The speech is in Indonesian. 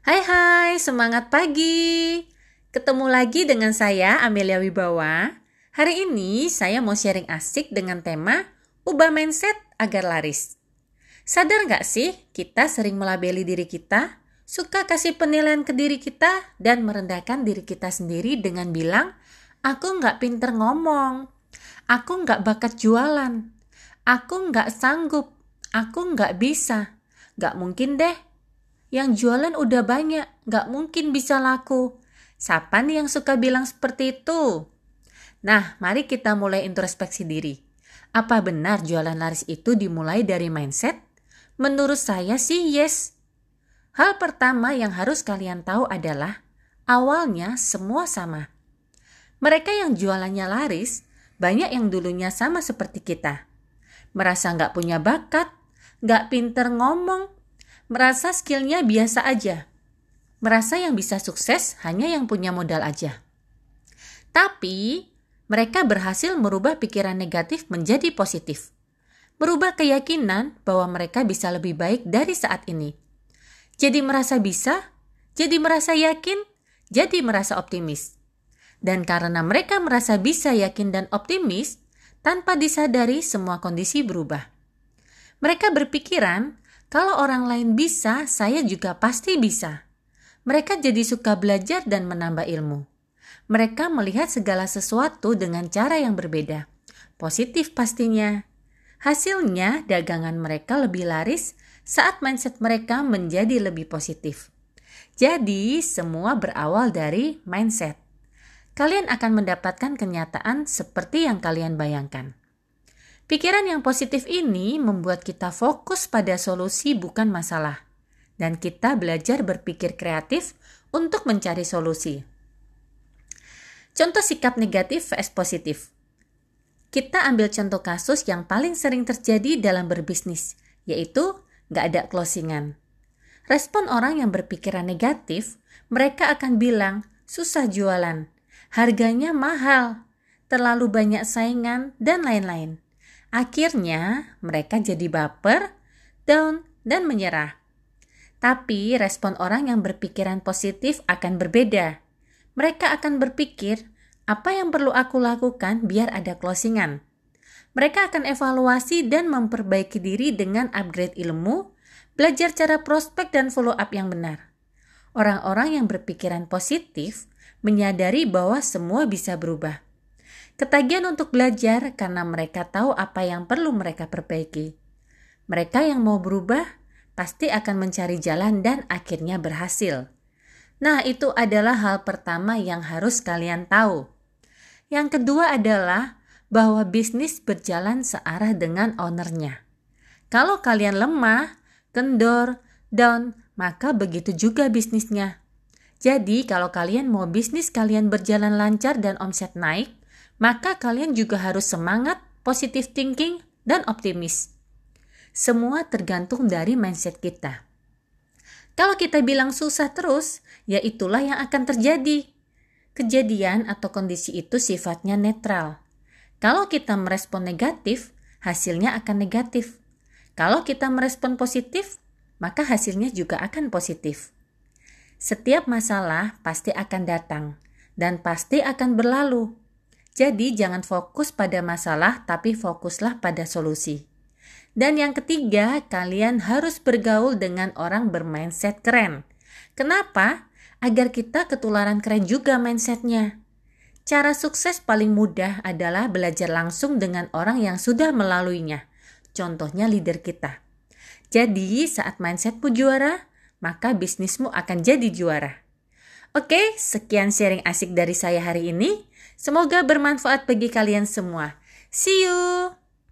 Hai, semangat pagi. Ketemu lagi dengan saya, Amelia Wibawa. Hari ini saya mau sharing asik dengan tema ubah mindset agar laris. Sadar nggak sih kita sering melabeli diri kita, suka kasih penilaian ke diri kita, dan merendahkan diri kita sendiri dengan bilang, aku nggak pinter ngomong, aku nggak bakat jualan, aku nggak sanggup, aku nggak bisa, nggak mungkin deh. Yang jualan udah banyak, gak mungkin bisa laku. Siapa nih yang suka bilang seperti itu? Nah, mari kita mulai introspeksi diri. Apa benar jualan laris itu dimulai dari mindset? Menurut saya sih yes. Hal pertama yang harus kalian tahu adalah awalnya semua sama. Mereka yang jualannya laris, banyak yang dulunya sama seperti kita. Merasa gak punya bakat, gak pinter ngomong, merasa skillnya biasa aja. Merasa yang bisa sukses hanya yang punya modal aja. Tapi, mereka berhasil merubah pikiran negatif menjadi positif. Merubah keyakinan bahwa mereka bisa lebih baik dari saat ini. Jadi merasa bisa, jadi merasa yakin, jadi merasa optimis. Dan karena mereka merasa bisa, yakin, dan optimis, tanpa disadari semua kondisi berubah. Mereka berpikiran, kalau orang lain bisa, saya juga pasti bisa. Mereka jadi suka belajar dan menambah ilmu. Mereka melihat segala sesuatu dengan cara yang berbeda. Positif pastinya. Hasilnya, dagangan mereka lebih laris saat mindset mereka menjadi lebih positif. Jadi, semua berawal dari mindset. Kalian akan mendapatkan kenyataan seperti yang kalian bayangkan. Pikiran yang positif ini membuat kita fokus pada solusi bukan masalah. Dan kita belajar berpikir kreatif untuk mencari solusi. Contoh sikap negatif vs positif. Kita ambil contoh kasus yang paling sering terjadi dalam berbisnis, yaitu nggak ada closingan. Respon orang yang berpikiran negatif, mereka akan bilang, susah jualan, harganya mahal, terlalu banyak saingan, dan lain-lain. Akhirnya, mereka jadi baper, down, dan menyerah. Tapi, respon orang yang berpikiran positif akan berbeda. Mereka akan berpikir, apa yang perlu aku lakukan biar ada closingan? Mereka akan evaluasi dan memperbaiki diri dengan upgrade ilmu, belajar cara prospek dan follow up yang benar. Orang-orang yang berpikiran positif menyadari bahwa semua bisa berubah. Ketagihan untuk belajar karena mereka tahu apa yang perlu mereka perbaiki. Mereka yang mau berubah pasti akan mencari jalan dan akhirnya berhasil. Nah, itu adalah hal pertama yang harus kalian tahu. Yang kedua adalah bahwa bisnis berjalan searah dengan ownernya. Kalau kalian lemah, kendor, down, maka begitu juga bisnisnya. Jadi, kalau kalian mau bisnis kalian berjalan lancar dan omset naik, maka kalian juga harus semangat, positive thinking, dan optimis. Semua tergantung dari mindset kita. Kalau kita bilang susah terus, ya itulah yang akan terjadi. Kejadian atau kondisi itu sifatnya netral. Kalau kita merespon negatif, hasilnya akan negatif. Kalau kita merespon positif, maka hasilnya juga akan positif. Setiap masalah pasti akan datang dan pasti akan berlalu. Jadi jangan fokus pada masalah, tapi fokuslah pada solusi. Dan yang ketiga, kalian harus bergaul dengan orang bermindset keren. Kenapa? Agar kita ketularan keren juga mindsetnya. Cara sukses paling mudah adalah belajar langsung dengan orang yang sudah melaluinya. Contohnya leader kita. Jadi saat mindsetmu juara, maka bisnismu akan jadi juara. Oke, sekian sharing asik dari saya hari ini. Semoga bermanfaat bagi kalian semua. See you!